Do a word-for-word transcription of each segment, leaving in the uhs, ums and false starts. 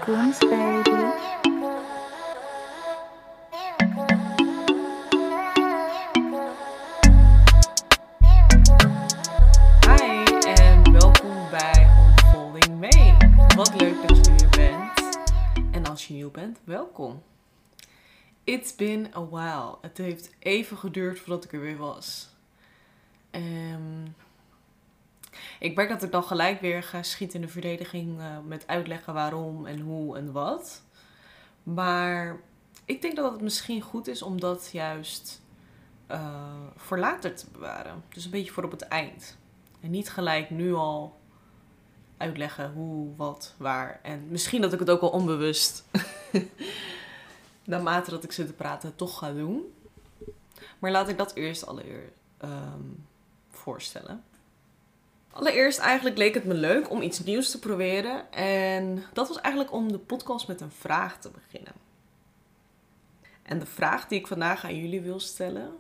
Goons baby. Hi en welkom bij Unfolding May. Wat leuk dat je hier bent. En als je nieuw bent, welkom. It's been a while. Het heeft even geduurd voordat ik er weer was. Um, ik merk dat ik dan gelijk weer ga schieten in de verdediging uh, met uitleggen waarom en hoe en wat. Maar ik denk dat het misschien goed is om dat juist uh, voor later te bewaren. Dus een beetje voor op het eind. En niet gelijk nu al uitleggen hoe, wat, waar. En misschien dat ik het ook al onbewust, naarmate dat ik zit te praten, toch ga doen. Maar laat ik dat eerst allereerst um, voorstellen. Allereerst eigenlijk leek het me leuk om iets nieuws te proberen. En dat was eigenlijk om de podcast met een vraag te beginnen. En de vraag die ik vandaag aan jullie wil stellen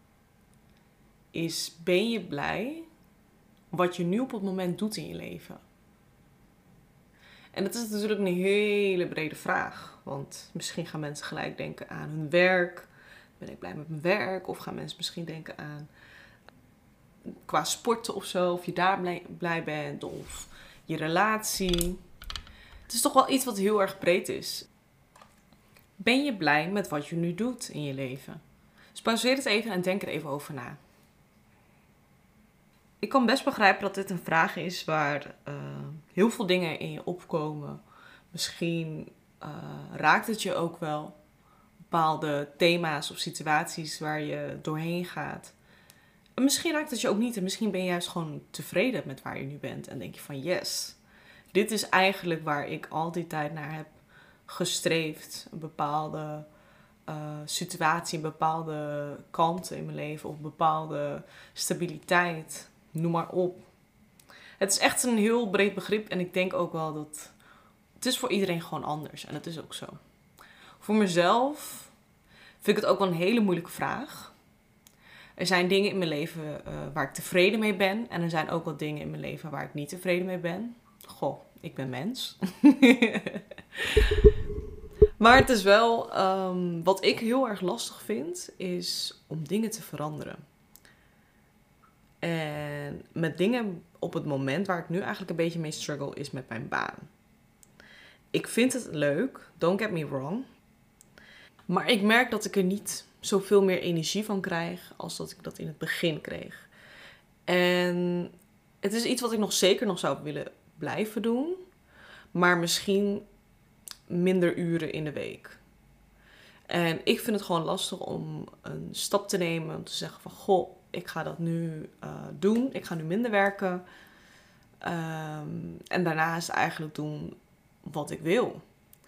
is: ben je blij wat je nu op het moment doet in je leven? En dat is natuurlijk een hele brede vraag. Want misschien gaan mensen gelijk denken aan hun werk. Ben ik blij met mijn werk? Of gaan mensen misschien denken aan qua sporten of zo. Of je daar blij, blij bent. Of je relatie. Het is toch wel iets wat heel erg breed is. Ben je blij met wat je nu doet in je leven? Dus pauzeer het even en denk er even over na. Ik kan best begrijpen dat dit een vraag is waar uh, heel veel dingen in je opkomen. Misschien uh, raakt het je ook wel. Bepaalde thema's of situaties waar je doorheen gaat. En misschien raakt het je ook niet. En misschien ben je juist gewoon tevreden met waar je nu bent. En denk je van yes, dit is eigenlijk waar ik al die tijd naar heb gestreefd. Een bepaalde uh, situatie, een bepaalde kanten in mijn leven. Of een bepaalde stabiliteit. Noem maar op. Het is echt een heel breed begrip. En ik denk ook wel dat het is voor iedereen gewoon anders. En dat is ook zo. Voor mezelf vind ik het ook wel een hele moeilijke vraag. Er zijn dingen in mijn leven uh, waar ik tevreden mee ben. En er zijn ook wel dingen in mijn leven waar ik niet tevreden mee ben. Goh, ik ben mens. Maar het is wel, um, wat ik heel erg lastig vind, is om dingen te veranderen. En met dingen op het moment waar ik nu eigenlijk een beetje mee struggle is met mijn baan. Ik vind het leuk, don't get me wrong. Maar ik merk dat ik er niet zoveel meer energie van krijg als dat ik dat in het begin kreeg. En het is iets wat ik nog zeker nog zou willen blijven doen. Maar misschien minder uren in de week. En ik vind het gewoon lastig om een stap te nemen. Om te zeggen van goh, ik ga dat nu uh, doen. Ik ga nu minder werken. Um, en daarnaast eigenlijk doen wat ik wil.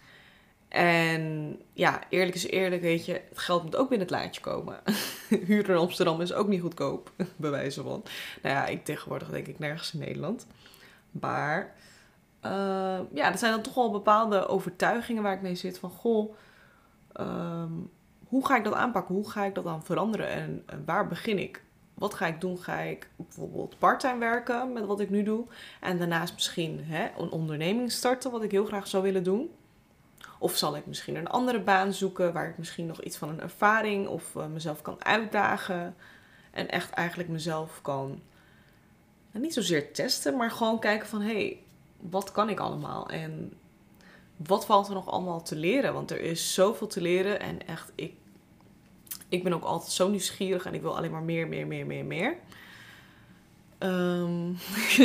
En ja, eerlijk is eerlijk, weet je, het geld moet ook binnen het laadje komen. Huur in Amsterdam is ook niet goedkoop, bij wijze van. Nou ja, ik tegenwoordig denk ik nergens in Nederland. Maar uh, ja, er zijn dan toch wel bepaalde overtuigingen waar ik mee zit van goh, um, hoe ga ik dat aanpakken? Hoe ga ik dat dan veranderen? En, en waar begin ik? Wat ga ik doen? Ga ik bijvoorbeeld parttime werken met wat ik nu doe? En daarnaast misschien hè, een onderneming starten, wat ik heel graag zou willen doen. Of zal ik misschien een andere baan zoeken waar ik misschien nog iets van een ervaring of uh, mezelf kan uitdagen. En echt eigenlijk mezelf kan, niet zozeer testen, maar gewoon kijken van hé, hey, wat kan ik allemaal? En wat valt er nog allemaal te leren? Want er is zoveel te leren en echt, ik, ik ben ook altijd zo nieuwsgierig en ik wil alleen maar meer, meer, meer, meer, meer. Um...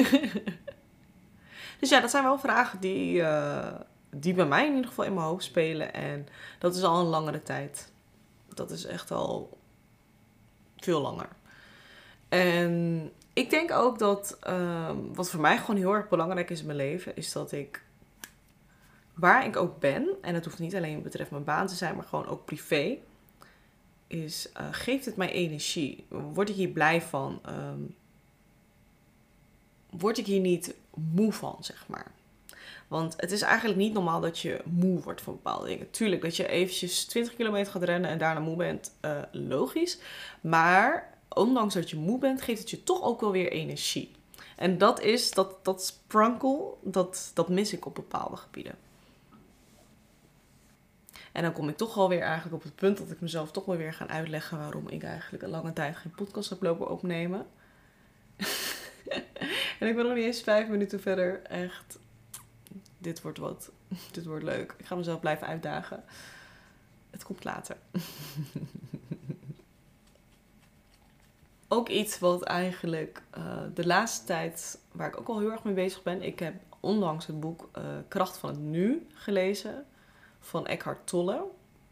dus ja, dat zijn wel vragen die... Uh, die bij mij in ieder geval in mijn hoofd spelen. En dat is al een langere tijd. Dat is echt al veel langer. En ik denk ook dat... Um, wat voor mij gewoon heel erg belangrijk is in mijn leven... is dat ik... waar ik ook ben... en het hoeft niet alleen betreft mijn baan te zijn... maar gewoon ook privé... is... Uh, geeft het mij energie? Word ik hier blij van? Um, word ik hier niet moe van, zeg maar? Want het is eigenlijk niet normaal dat je moe wordt van bepaalde dingen. Tuurlijk, dat je eventjes twintig kilometer gaat rennen en daarna moe bent, uh, logisch. Maar ondanks dat je moe bent, geeft het je toch ook wel weer energie. En dat is, dat, dat sprankel, dat, dat mis ik op bepaalde gebieden. En dan kom ik toch alweer eigenlijk op het punt dat ik mezelf toch wel weer ga uitleggen waarom ik eigenlijk een lange tijd geen podcast heb lopen opnemen. En ik ben nog niet eens vijf minuten verder. Echt, dit wordt wat. Dit wordt leuk. Ik ga mezelf blijven uitdagen. Het komt later. Ook iets wat eigenlijk uh, de laatste tijd, waar ik ook al heel erg mee bezig ben. Ik heb onlangs het boek uh, Kracht van het Nu gelezen. Van Eckhart Tolle.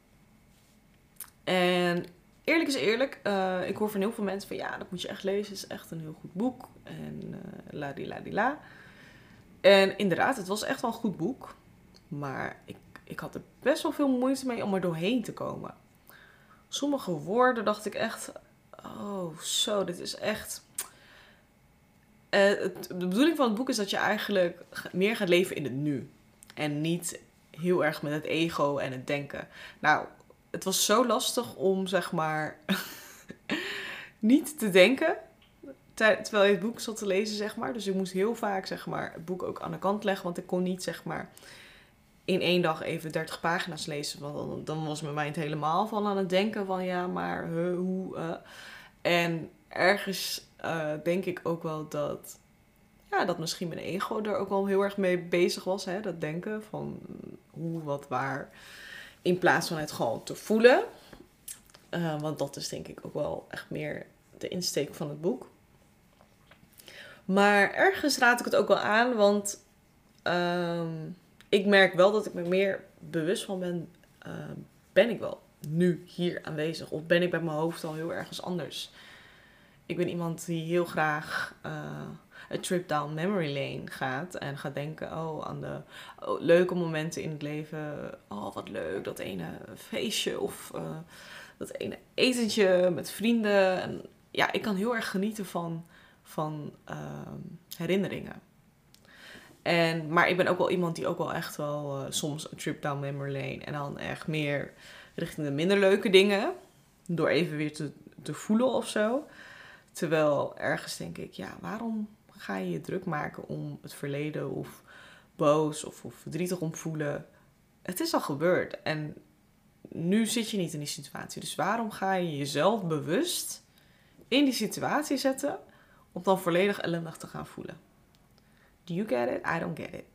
En eerlijk is eerlijk, uh, ik hoor van heel veel mensen van ja, dat moet je echt lezen. Het is echt een heel goed boek. En uh, la di la di la. En inderdaad, het was echt wel een goed boek. Maar ik, ik had er best wel veel moeite mee om er doorheen te komen. Sommige woorden dacht ik echt, oh zo, dit is echt... Uh, het, de bedoeling van het boek is dat je eigenlijk meer gaat leven in het nu. En niet heel erg met het ego en het denken. Nou, het was zo lastig om, zeg maar, niet te denken terwijl je het boek zat te lezen, zeg maar. Dus ik moest heel vaak, zeg maar, het boek ook aan de kant leggen. Want ik kon niet, zeg maar, in één dag even dertig pagina's lezen. Want dan, dan was mijn mind helemaal van aan het denken van, ja, maar uh, hoe... Uh. En ergens uh, denk ik ook wel dat... Ja, dat misschien mijn ego er ook wel heel erg mee bezig was. Hè? Dat denken van hoe, wat, waar. In plaats van het gewoon te voelen. Uh, want dat is denk ik ook wel echt meer de insteek van het boek. Maar ergens raad ik het ook wel aan. Want uh, ik merk wel dat ik me meer bewust van ben. Uh, ben ik wel nu hier aanwezig? Of ben ik bij mijn hoofd al heel ergens anders? Ik ben iemand die heel graag... Uh, een trip down memory lane gaat en gaat denken oh, aan de oh, leuke momenten in het leven. Oh, wat leuk, dat ene feestje of uh, dat ene etentje met vrienden. En ja, ik kan heel erg genieten van, van uh, herinneringen. En, maar ik ben ook wel iemand die ook wel echt wel uh, soms een trip down memory lane en dan echt meer richting de minder leuke dingen. Door even weer te, te voelen of zo. Terwijl ergens denk ik, ja, waarom... ga je je druk maken om het verleden of boos of, of verdrietig om voelen. Het is al gebeurd en nu zit je niet in die situatie. Dus waarom ga je jezelf bewust in die situatie zetten om dan volledig ellendig te gaan voelen? Do you get it? I don't get it.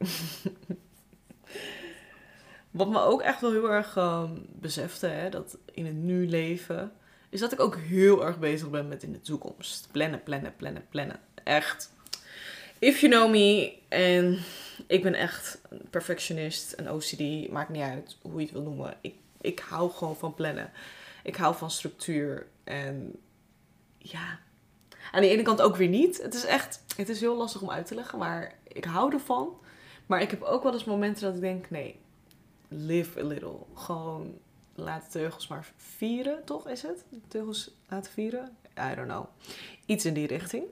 Wat me ook echt wel heel erg um, besefte, hè, dat in het nu leven, is dat ik ook heel erg bezig ben met in de toekomst. Plannen, plannen, plannen, plannen. Echt. If you know me, en ik ben echt een perfectionist, een O C D, maakt niet uit hoe je het wil noemen. Ik, ik hou gewoon van plannen. Ik hou van structuur. En ja, aan de ene kant ook weer niet. Het is echt, het is heel lastig om uit te leggen, maar ik hou ervan. Maar ik heb ook wel eens momenten dat ik denk, nee, live a little. Gewoon laat de teugels maar vieren, toch is het? De teugels laten vieren? I don't know. Iets in die richting.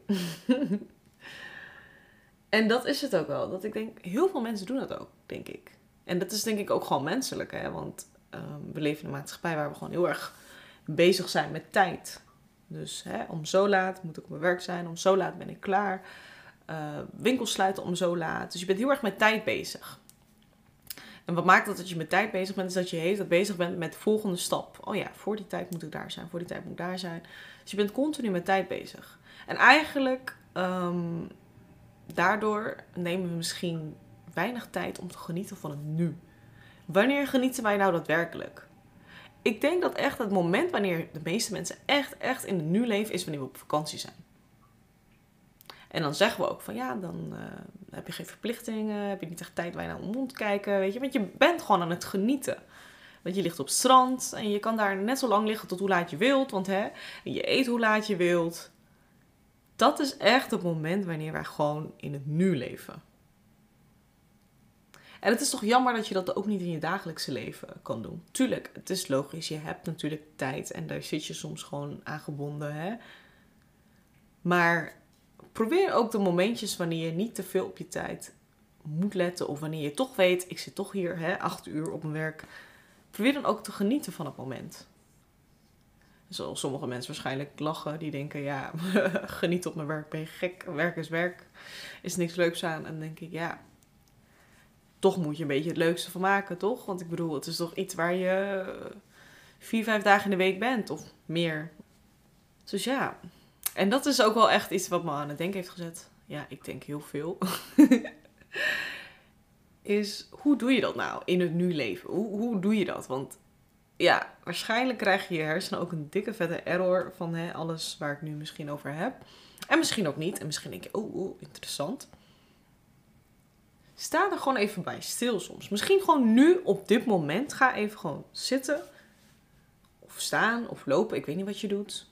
En dat is het ook wel. Dat ik denk, heel veel mensen doen dat ook, denk ik. En dat is denk ik ook gewoon menselijk, hè. Want um, we leven in een maatschappij waar we gewoon heel erg bezig zijn met tijd. Dus hè, om zo laat moet ik op mijn werk zijn. Om zo laat ben ik klaar. Uh, winkels sluiten om zo laat. Dus je bent heel erg met tijd bezig. En wat maakt dat dat je met tijd bezig bent, is dat je heel dat bezig bent met de volgende stap. Oh ja, voor die tijd moet ik daar zijn. Voor die tijd moet ik daar zijn. Dus je bent continu met tijd bezig. En eigenlijk... Um, Daardoor nemen we misschien weinig tijd om te genieten van het nu. Wanneer genieten wij nou daadwerkelijk? Ik denk dat echt het moment wanneer de meeste mensen echt, echt in het nu leven, is wanneer we op vakantie zijn. En dan zeggen we ook van ja, dan uh, heb je geen verplichtingen, heb je niet echt tijd waar je naar om moet kijken, weet je. Want je bent gewoon aan het genieten. Want je ligt op het strand en je kan daar net zo lang liggen tot hoe laat je wilt. Want hè, je eet hoe laat je wilt. Dat is echt het moment wanneer wij gewoon in het nu leven. En het is toch jammer dat je dat ook niet in je dagelijkse leven kan doen. Tuurlijk, het is logisch. Je hebt natuurlijk tijd en daar zit je soms gewoon aan gebonden. Hè? Maar probeer ook de momentjes wanneer je niet te veel op je tijd moet letten. Of wanneer je toch weet, ik zit toch hier hè, acht uur op mijn werk. Probeer dan ook te genieten van het moment. Zoals sommige mensen waarschijnlijk lachen. Die denken, ja, geniet op mijn werk, ben je gek. Werk is werk. Is niks leuks aan. En dan denk ik, ja, toch moet je een beetje het leukste van maken, toch? Want ik bedoel, het is toch iets waar je vier, vijf dagen in de week bent of meer. Dus ja, en dat is ook wel echt iets wat me aan het denken heeft gezet. Ja, ik denk heel veel. Is, hoe doe je dat nou in het nu leven? Hoe, hoe doe je dat? Want ja, waarschijnlijk krijg je je hersenen ook een dikke vette error van hè, alles waar ik nu misschien over heb. En misschien ook niet. En misschien denk je, oh, oh, interessant. Sta er gewoon even bij stil soms. Misschien gewoon nu op dit moment. Ga even gewoon zitten. Of staan of lopen. Ik weet niet wat je doet.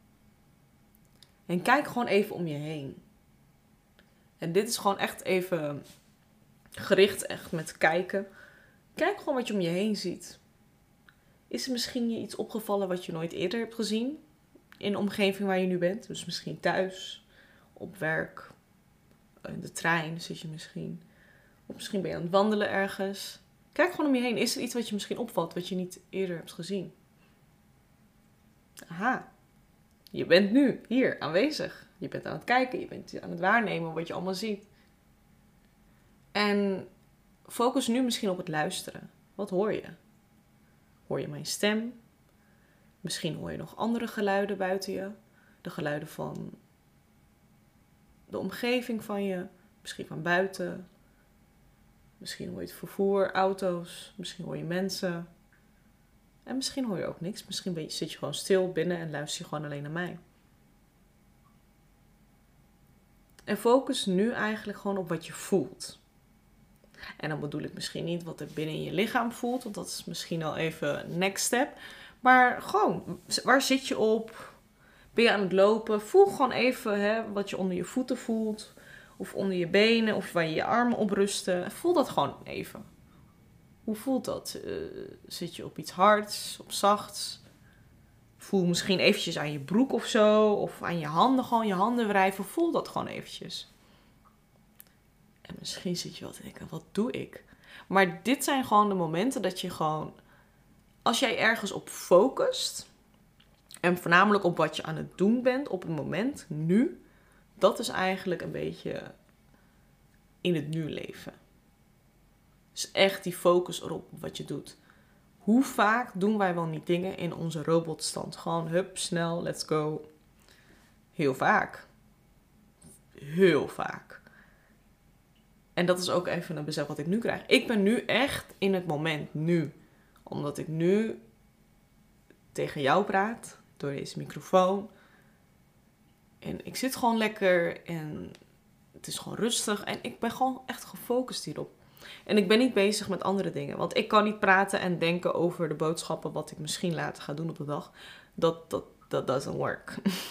En kijk gewoon even om je heen. En dit is gewoon echt even gericht echt met kijken. Kijk gewoon wat je om je heen ziet. Is er misschien je iets opgevallen wat je nooit eerder hebt gezien? In de omgeving waar je nu bent. Dus misschien thuis, op werk, in de trein zit je misschien. Of misschien ben je aan het wandelen ergens. Kijk gewoon om je heen. Is er iets wat je misschien opvalt wat je niet eerder hebt gezien? Aha. Je bent nu hier aanwezig. Je bent aan het kijken. Je bent aan het waarnemen wat je allemaal ziet. En focus nu misschien op het luisteren. Wat hoor je? Hoor je mijn stem? Misschien hoor je nog andere geluiden buiten je. De geluiden van de omgeving van je. Misschien van buiten. Misschien hoor je het vervoer, auto's. Misschien hoor je mensen. En misschien hoor je ook niks. Misschien ben je, zit je gewoon stil binnen en luister je gewoon alleen naar mij. En focus nu eigenlijk gewoon op wat je voelt. En dan bedoel ik misschien niet wat er binnen in je lichaam voelt. Want dat is misschien al even next step. Maar gewoon, waar zit je op? Ben je aan het lopen? Voel gewoon even hè, wat je onder je voeten voelt. Of onder je benen. Of waar je je armen op rusten. Voel dat gewoon even. Hoe voelt dat? Uh, zit je op iets hards? Op zachts? Voel misschien eventjes aan je broek of zo. Of aan je handen. Gewoon je handen wrijven. Voel dat gewoon eventjes. En misschien zit je wel te denken, wat doe ik? Maar dit zijn gewoon de momenten dat je gewoon... Als jij ergens op focust... En voornamelijk op wat je aan het doen bent op het moment, nu. Dat is eigenlijk een beetje in het nu leven. Dus echt die focus erop wat je doet. Hoe vaak doen wij wel niet dingen in onze robotstand? Gewoon hup, snel, let's go. Heel vaak. Heel vaak. En dat is ook even een besef wat ik nu krijg. Ik ben nu echt in het moment, nu. Omdat ik nu tegen jou praat, door deze microfoon. En ik zit gewoon lekker en het is gewoon rustig. En ik ben gewoon echt gefocust hierop. En ik ben niet bezig met andere dingen. Want ik kan niet praten en denken over de boodschappen wat ik misschien later ga doen op de dag. Dat, dat, dat doesn't work.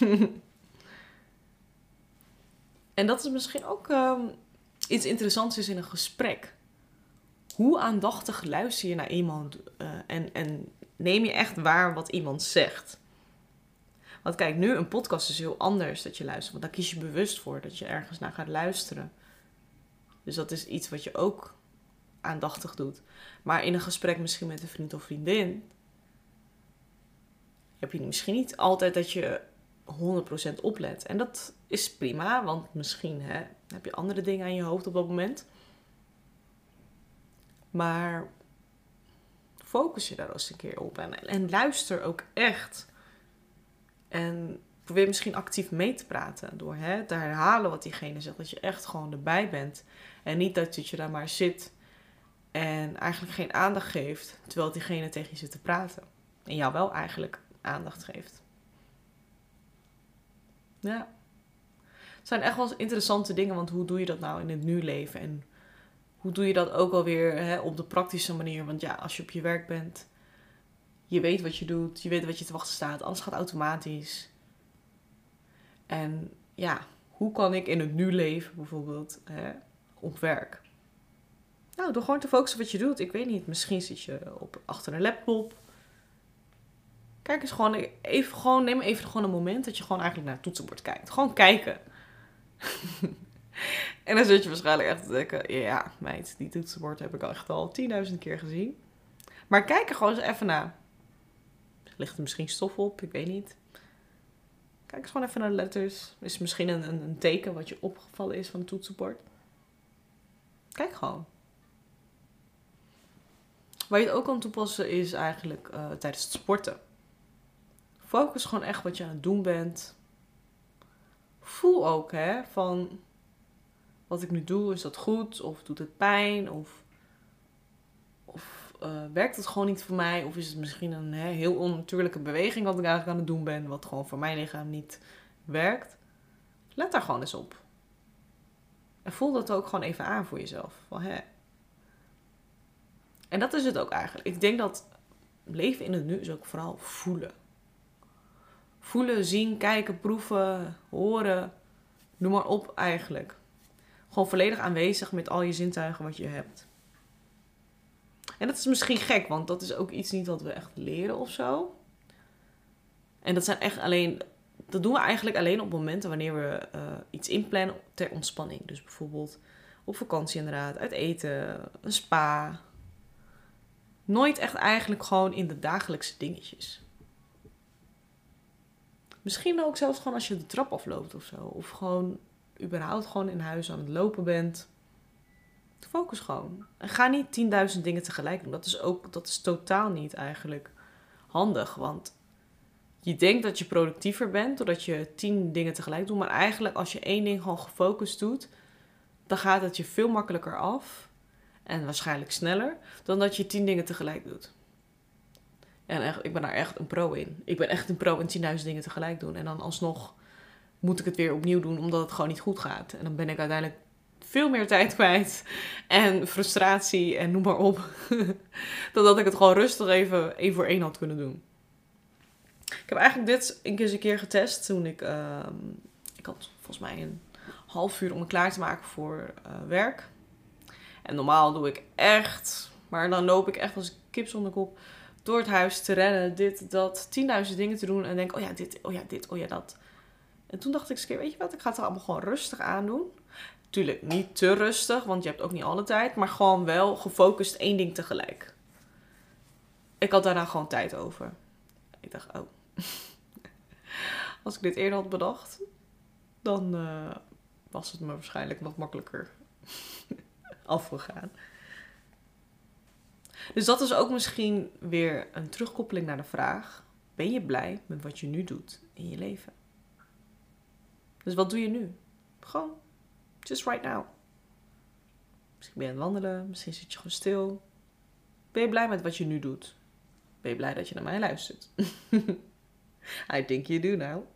En dat is misschien ook um, iets interessants is in een gesprek. Hoe aandachtig luister je naar iemand uh, en, en neem je echt waar wat iemand zegt. Want kijk, nu een podcast is heel anders dat je luistert. Want daar kies je bewust voor dat je ergens naar gaat luisteren. Dus dat is iets wat je ook aandachtig doet. Maar in een gesprek misschien met een vriend of vriendin... heb je misschien niet altijd dat je honderd procent oplet. En dat is prima, want misschien hè, heb je andere dingen aan je hoofd op dat moment. Maar focus je daar eens een keer op. En, en luister ook echt. En probeer misschien actief mee te praten. Door hè, te herhalen wat diegene zegt. Dat je echt gewoon erbij bent. En niet dat je daar maar zit. En eigenlijk geen aandacht geeft. Terwijl diegene tegen je zit te praten. En jou wel eigenlijk aandacht geeft. Ja. Het zijn echt wel interessante dingen. Want hoe doe je dat nou in het nu leven? En hoe doe je dat ook alweer hè, op de praktische manier? Want ja, als je op je werk bent. Je weet wat je doet. Je weet wat je te wachten staat. Alles gaat automatisch. En ja, hoe kan ik in het nu leven bijvoorbeeld hè, op werk? Nou, door gewoon te focussen op wat je doet. Ik weet niet, misschien zit je op, achter een laptop. Kijk eens gewoon even, gewoon, neem even gewoon een moment dat je gewoon eigenlijk naar het toetsenbord kijkt. Gewoon kijken. En dan zit je waarschijnlijk echt te denken, ja meid, die toetsenbord heb ik al echt al tienduizend keer gezien. Maar kijk er gewoon eens even naar. Ligt er misschien stof op, ik weet niet. Kijk eens gewoon even naar de letters. Is er misschien een, een, een teken wat je opgevallen is van het toetsenbord? Kijk gewoon. Waar je het ook kan toepassen is eigenlijk uh, tijdens het sporten. Focus gewoon echt wat je aan het doen bent. Voel ook, hè, van wat ik nu doe, is dat goed? Of doet het pijn? Of, of uh, werkt het gewoon niet voor mij? Of is het misschien een hè, heel onnatuurlijke beweging wat ik eigenlijk aan het doen ben, wat gewoon voor mijn lichaam niet werkt? Let daar gewoon eens op. En voel dat ook gewoon even aan voor jezelf. Van, hè. En dat is het ook eigenlijk. Ik denk dat leven in het nu is ook vooral voelen. Voelen, zien, kijken, proeven, horen. Noem maar op eigenlijk. Gewoon volledig aanwezig met al je zintuigen wat je hebt. En dat is misschien gek, want dat is ook iets niet wat we echt leren of zo. En dat zijn echt alleen... Dat doen we eigenlijk alleen op momenten wanneer we uh, iets inplannen ter ontspanning. Dus bijvoorbeeld op vakantie inderdaad, uit eten, een spa. Nooit echt eigenlijk gewoon in de dagelijkse dingetjes. Misschien ook zelfs gewoon als je de trap afloopt of zo. Of gewoon überhaupt gewoon in huis aan het lopen bent. Focus gewoon. En ga niet tienduizend dingen tegelijk doen. Dat is ook, dat is totaal niet eigenlijk handig. Want je denkt dat je productiever bent doordat je tien dingen tegelijk doet. Maar eigenlijk als je één ding gewoon gefocust doet, dan gaat het je veel makkelijker af. En waarschijnlijk sneller dan dat je tien dingen tegelijk doet. En echt, ik ben daar echt een pro in. Ik ben echt een pro in tienduizend dingen tegelijk doen. En dan alsnog moet ik het weer opnieuw doen omdat het gewoon niet goed gaat. En dan ben ik uiteindelijk veel meer tijd kwijt. En frustratie en noem maar op. Dan dat ik het gewoon rustig even één voor één had kunnen doen. Ik heb eigenlijk dit eens een keer getest toen ik... Uh, ik had volgens mij een half uur om me klaar te maken voor uh, werk. En normaal doe ik echt... Maar dan loop ik echt als kip zonder kop door het huis te rennen. Dit, dat, tienduizend dingen te doen. En denk, oh ja, dit, oh ja, dit, oh ja, dat. En toen dacht ik eens een keer, weet je wat? Ik ga het er allemaal gewoon rustig aan doen. Tuurlijk niet te rustig, want je hebt ook niet alle tijd. Maar gewoon wel gefocust één ding tegelijk. Ik had daarna gewoon tijd over. Ik dacht, oh. Als ik dit eerder had bedacht, dan uh, was het me waarschijnlijk wat makkelijker afgegaan. Dus dat is ook misschien weer een terugkoppeling naar de vraag: ben je blij met wat je nu doet in je leven? Dus wat doe je nu? Gewoon, just right now. Misschien ben je aan het wandelen, misschien zit je gewoon stil. Ben je blij met wat je nu doet? Ben je blij dat je naar mij luistert? I think you do now.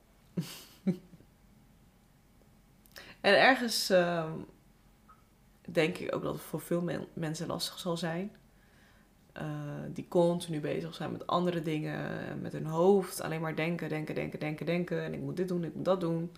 En ergens uh, denk ik ook dat het voor veel men- mensen lastig zal zijn. Uh, die continu bezig zijn met andere dingen. Met hun hoofd. Alleen maar denken, denken, denken, denken, denken. En ik moet dit doen, ik moet dat doen.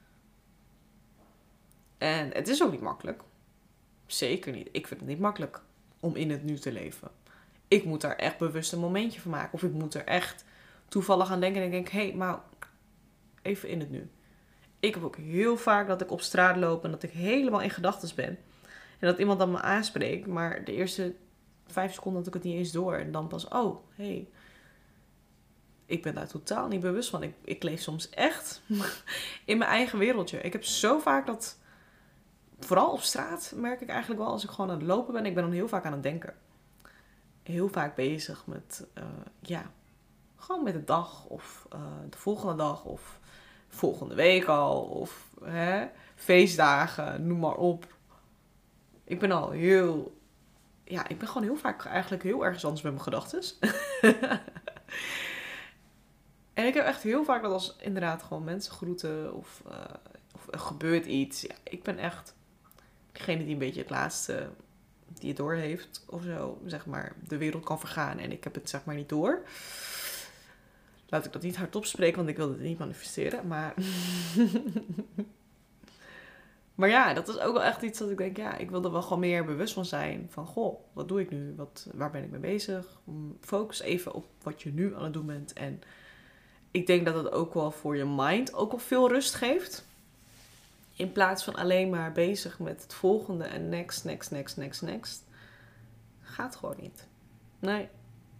En het is ook niet makkelijk. Zeker niet. Ik vind het niet makkelijk om in het nu te leven. Ik moet daar echt bewust een momentje van maken. Of ik moet er echt toevallig aan denken. En ik denk, hé, hey, maar even in het nu. Ik heb ook heel vaak dat ik op straat loop en dat ik helemaal in gedachten ben. En dat iemand dan me aanspreekt. Maar de eerste vijf seconden had ik het niet eens door. En dan pas, oh, hé. Hey, ik ben daar totaal niet bewust van. Ik, ik leef soms echt in mijn eigen wereldje. Ik heb zo vaak dat... Vooral op straat merk ik eigenlijk wel als ik gewoon aan het lopen ben. Ik ben dan heel vaak aan het denken. Heel vaak bezig met, uh, ja, gewoon met de dag. Of uh, de volgende dag. Of volgende week al. Of hè, feestdagen, noem maar op. Ik ben al heel... Ja, ik ben gewoon heel vaak eigenlijk heel ergens anders met mijn gedachten. En ik heb echt heel vaak dat als inderdaad gewoon mensen groeten. Of, uh, of er gebeurt iets. Ja, ik ben echt... Degene die een beetje het laatste, die het door heeft of zo, zeg maar, de wereld kan vergaan en ik heb het zeg maar niet door. Laat ik dat niet hardop spreken, want ik wil het niet manifesteren, maar... maar ja, dat is ook wel echt iets dat ik denk, ja, ik wil er wel gewoon meer bewust van zijn. Van, goh, wat doe ik nu? Wat, waar ben ik mee bezig? Focus even op wat je nu aan het doen bent. En ik denk dat het ook wel voor je mind ook wel veel rust geeft. In plaats van alleen maar bezig met het volgende en next, next, next, next, next. Gaat gewoon niet. Nee.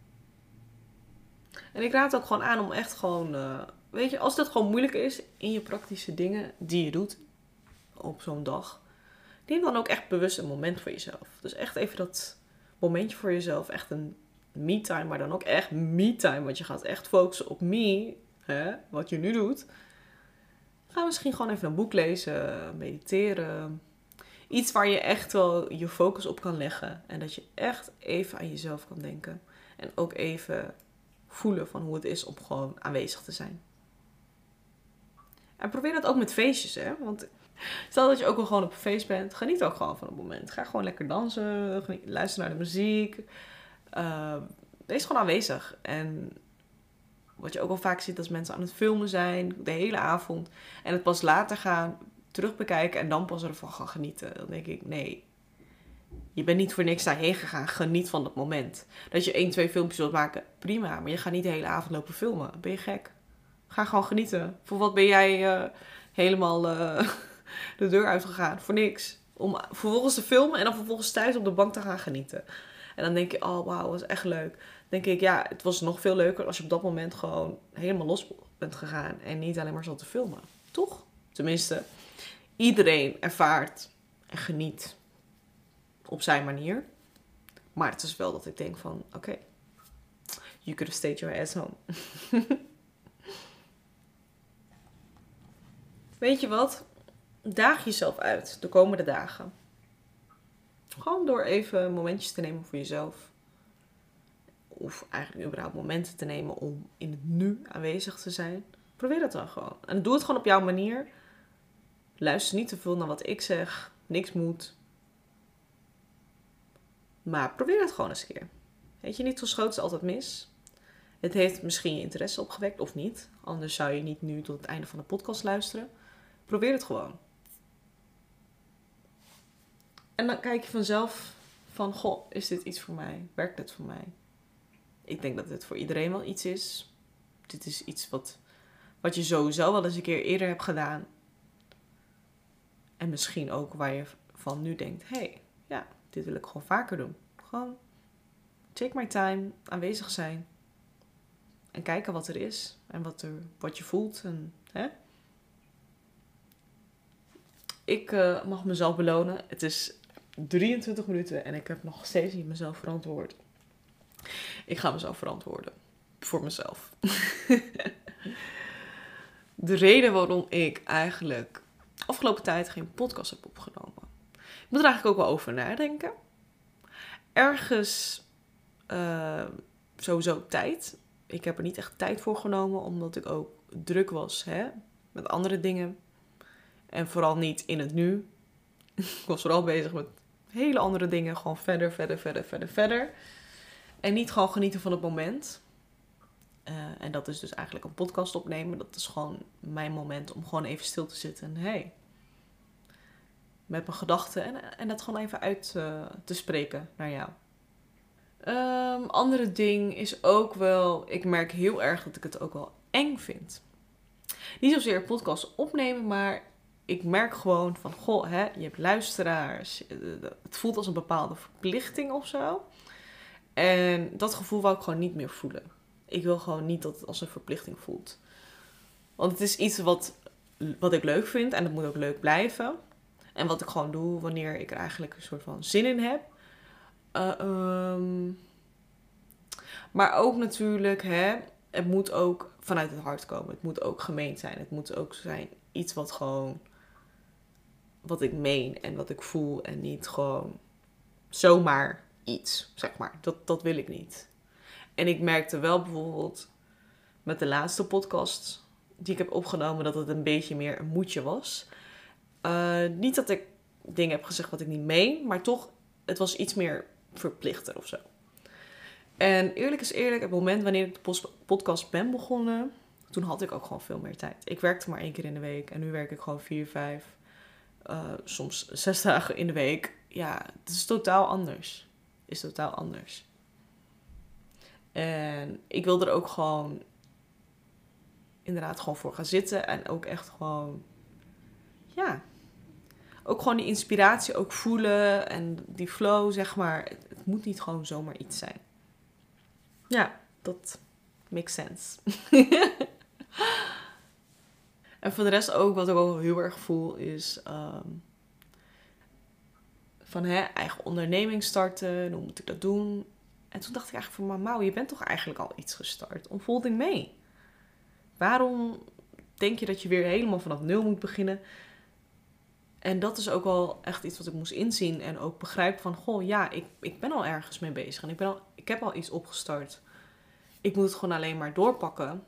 En ik raad ook gewoon aan om echt gewoon... Uh, weet je, als dat gewoon moeilijk is in je praktische dingen die je doet op zo'n dag. Neem dan ook echt bewust een moment voor jezelf. Dus echt even dat momentje voor jezelf. Echt een me-time, maar dan ook echt me-time. Want je gaat echt focussen op me, hè, wat je nu doet. Ga misschien gewoon even een boek lezen, mediteren. Iets waar je echt wel je focus op kan leggen. En dat je echt even aan jezelf kan denken. En ook even voelen van hoe het is om gewoon aanwezig te zijn. En probeer dat ook met feestjes, hè. Want stel dat je ook wel gewoon op een feest bent. Geniet ook gewoon van het moment. Ga gewoon lekker dansen. Geniet, luister naar de muziek. Uh, wees gewoon aanwezig. En wat je ook wel vaak ziet als mensen aan het filmen zijn. De hele avond. En het pas later gaan terug bekijken. En dan pas ervan gaan genieten. Dan denk ik, nee. Je bent niet voor niks daarheen gegaan. Geniet van dat moment. Dat je één, twee filmpjes wilt maken. Prima. Maar je gaat niet de hele avond lopen filmen. Ben je gek? Ga gewoon genieten. Voor wat ben jij uh, helemaal uh, de deur uitgegaan? Voor niks. Om vervolgens te filmen en dan vervolgens thuis op de bank te gaan genieten. En dan denk je, oh wauw, dat was echt leuk. Dan denk ik, ja, het was nog veel leuker als je op dat moment gewoon helemaal los bent gegaan. En niet alleen maar zat te filmen. Toch? Tenminste, iedereen ervaart en geniet op zijn manier. Maar het is wel dat ik denk van, oké, okay, you could have stayed your ass home. Weet je wat? Daag jezelf uit de komende dagen. Gewoon door even momentjes te nemen voor jezelf. Of eigenlijk überhaupt momenten te nemen om in het nu aanwezig te zijn. Probeer dat dan gewoon. En doe het gewoon op jouw manier. Luister niet te veel naar wat ik zeg. Niks moet. Maar probeer het gewoon eens een keer. Weet je, niet zo schoot is altijd mis. Het heeft misschien je interesse opgewekt of niet. Anders zou je niet nu tot het einde van de podcast luisteren. Probeer het gewoon. En dan kijk je vanzelf van, goh, is dit iets voor mij? Werkt dit voor mij? Ik denk dat dit voor iedereen wel iets is. Dit is iets wat, wat je sowieso wel eens een keer eerder hebt gedaan. En misschien ook waar je van nu denkt, hé, hey, ja, dit wil ik gewoon vaker doen. Gewoon take my time, aanwezig zijn. En kijken wat er is. En wat, er, wat je voelt. En, hè? Ik uh, mag mezelf belonen. Het is drieëntwintig minuten en ik heb nog steeds niet mezelf verantwoord. Ik ga mezelf verantwoorden. Voor mezelf. De reden waarom ik eigenlijk afgelopen tijd geen podcast heb opgenomen. Ik moet er eigenlijk ook wel over nadenken. Ergens uh, sowieso tijd. Ik heb er niet echt tijd voor genomen, omdat ik ook druk was, hè, met andere dingen. En vooral niet in het nu. Ik was vooral bezig met hele andere dingen. Gewoon verder, verder, verder, verder, verder. En niet gewoon genieten van het moment. Uh, en dat is dus eigenlijk een podcast opnemen. Dat is gewoon mijn moment om gewoon even stil te zitten. En hey, met mijn gedachten. En, en dat gewoon even uit uh, te spreken naar jou. Um, andere ding is ook wel... Ik merk heel erg dat ik het ook wel eng vind. Niet zozeer podcast opnemen, maar... Ik merk gewoon van, goh, hè, je hebt luisteraars. Het voelt als een bepaalde verplichting of zo. En dat gevoel wou ik gewoon niet meer voelen. Ik wil gewoon niet dat het als een verplichting voelt. Want het is iets wat, wat ik leuk vind. En dat moet ook leuk blijven. En wat ik gewoon doe wanneer ik er eigenlijk een soort van zin in heb. Uh, um, maar ook natuurlijk, hè, het moet ook vanuit het hart komen. Het moet ook gemeend zijn. Het moet ook zijn iets wat gewoon... wat ik meen en wat ik voel en niet gewoon zomaar iets, zeg maar. Dat, dat wil ik niet. En ik merkte wel bijvoorbeeld met de laatste podcast die ik heb opgenomen dat het een beetje meer een moedje was. Uh, niet dat ik dingen heb gezegd wat ik niet meen, maar toch, het was iets meer verplichter of zo. En eerlijk is eerlijk, het moment wanneer ik de podcast ben begonnen, toen had ik ook gewoon veel meer tijd. Ik werkte maar één keer in de week en nu werk ik gewoon vier, vijf... Uh, soms zes dagen in de week. Ja, het is totaal anders. Het is totaal anders. En ik wil er ook gewoon... inderdaad gewoon voor gaan zitten. En ook echt gewoon... ja. Ook gewoon die inspiratie ook voelen. En die flow, zeg maar. Het, het moet niet gewoon zomaar iets zijn. Ja, dat makes sense. En voor de rest ook, wat ik ook heel erg voel, is um, van hè, eigen onderneming starten. Hoe moet ik dat doen? En toen dacht ik eigenlijk van, maar Mau, je bent toch eigenlijk al iets gestart? Unfolding May. Waarom denk je dat je weer helemaal vanaf nul moet beginnen? En dat is ook wel echt iets wat ik moest inzien. En ook begrijpen van, goh, ja, ik, ik ben al ergens mee bezig. En ik, ben al, ik heb al iets opgestart. Ik moet het gewoon alleen maar doorpakken.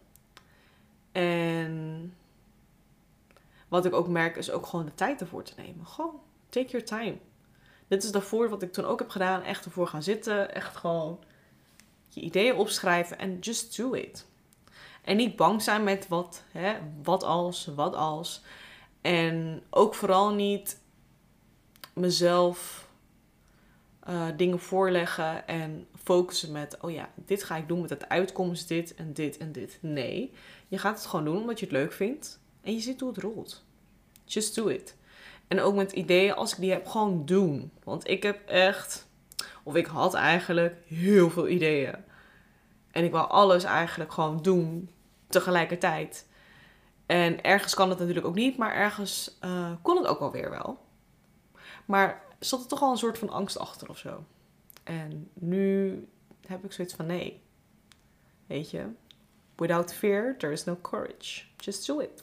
En wat ik ook merk is ook gewoon de tijd ervoor te nemen. Gewoon, take your time. Dit is daarvoor wat ik toen ook heb gedaan. Echt ervoor gaan zitten. Echt gewoon je ideeën opschrijven. En just do it. En niet bang zijn met wat, hè, wat als, wat als. En ook vooral niet mezelf uh, dingen voorleggen en focussen met, oh ja, dit ga ik doen met het uitkomst, dit en dit en dit. Nee, je gaat het gewoon doen omdat je het leuk vindt en je ziet hoe het rolt. Just do it. En ook met ideeën, als ik die heb, gewoon doen. Want ik heb echt, of ik had eigenlijk heel veel ideeën. En ik wou alles eigenlijk gewoon doen tegelijkertijd. En ergens kan het natuurlijk ook niet, maar ergens uh, kon het ook wel weer wel. Maar zat er toch al een soort van angst achter of zo. En nu heb ik zoiets van, nee. Weet je, without fear, there is no courage. Just do it.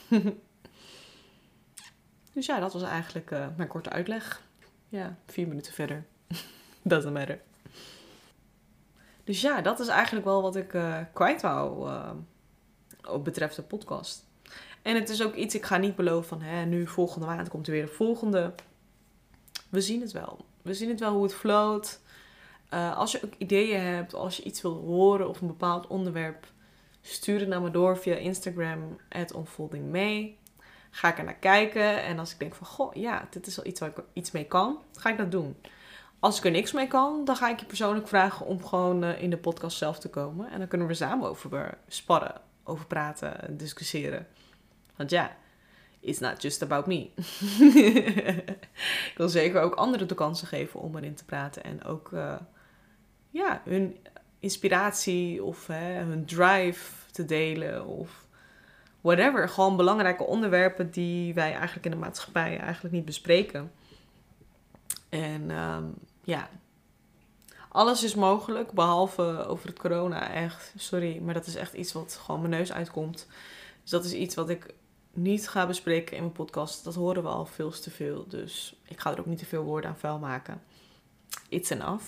Dus ja, dat was eigenlijk uh, mijn korte uitleg. Ja, vier minuten verder. Doesn't matter. Dus ja, dat is eigenlijk wel wat ik uh, kwijt wou uh, op betreft de podcast. En het is ook iets, ik ga niet beloven van, hè, nu volgende maand komt er weer een volgende. We zien het wel. We zien het wel hoe het float. Uh, als je ook ideeën hebt, als je iets wil horen of een bepaald onderwerp, stuur het naar me door via Instagram, at unfoldingmay. Ga ik er naar kijken en als ik denk van, goh, ja, dit is wel iets waar ik iets mee kan, ga ik dat doen. Als ik er niks mee kan, dan ga ik je persoonlijk vragen om gewoon uh, in de podcast zelf te komen. En dan kunnen we samen over sparren, over praten, discussiëren. Want ja, it's not just about me. Ik wil zeker ook anderen de kansen geven om erin te praten. En ook uh, ja, hun inspiratie of hè, hun drive te delen. Of whatever. Gewoon belangrijke onderwerpen die wij eigenlijk in de maatschappij eigenlijk niet bespreken. En um, ja, alles is mogelijk. Behalve over het corona. Echt, sorry. Maar dat is echt iets wat gewoon mijn neus uitkomt. Dus dat is iets wat ik niet ga bespreken in mijn podcast. Dat horen we al veel te veel. Dus ik ga er ook niet te veel woorden aan vuil maken. It's enough.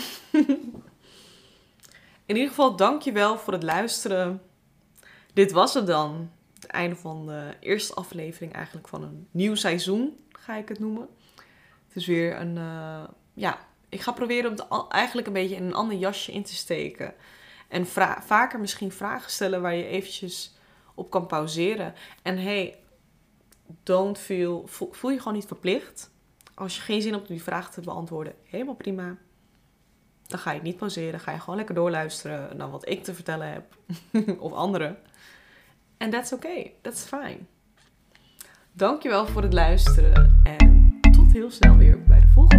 In ieder geval, dankjewel voor het luisteren. Dit was het dan. Het einde van de eerste aflevering eigenlijk van een nieuw seizoen, ga ik het noemen. Het is weer een, uh, ja, ik ga proberen om het eigenlijk een beetje in een ander jasje in te steken. En vra- vaker misschien vragen stellen waar je eventjes op kan pauzeren. En hey, don't feel, voel, voel je gewoon niet verplicht. Als je geen zin hebt om die vraag te beantwoorden, helemaal prima. Dan ga je het niet pauzeren. Ga je gewoon lekker doorluisteren naar wat ik te vertellen heb. Of anderen. En that's okay. That's fine. Dankjewel voor het luisteren. En tot heel snel weer bij de volgende.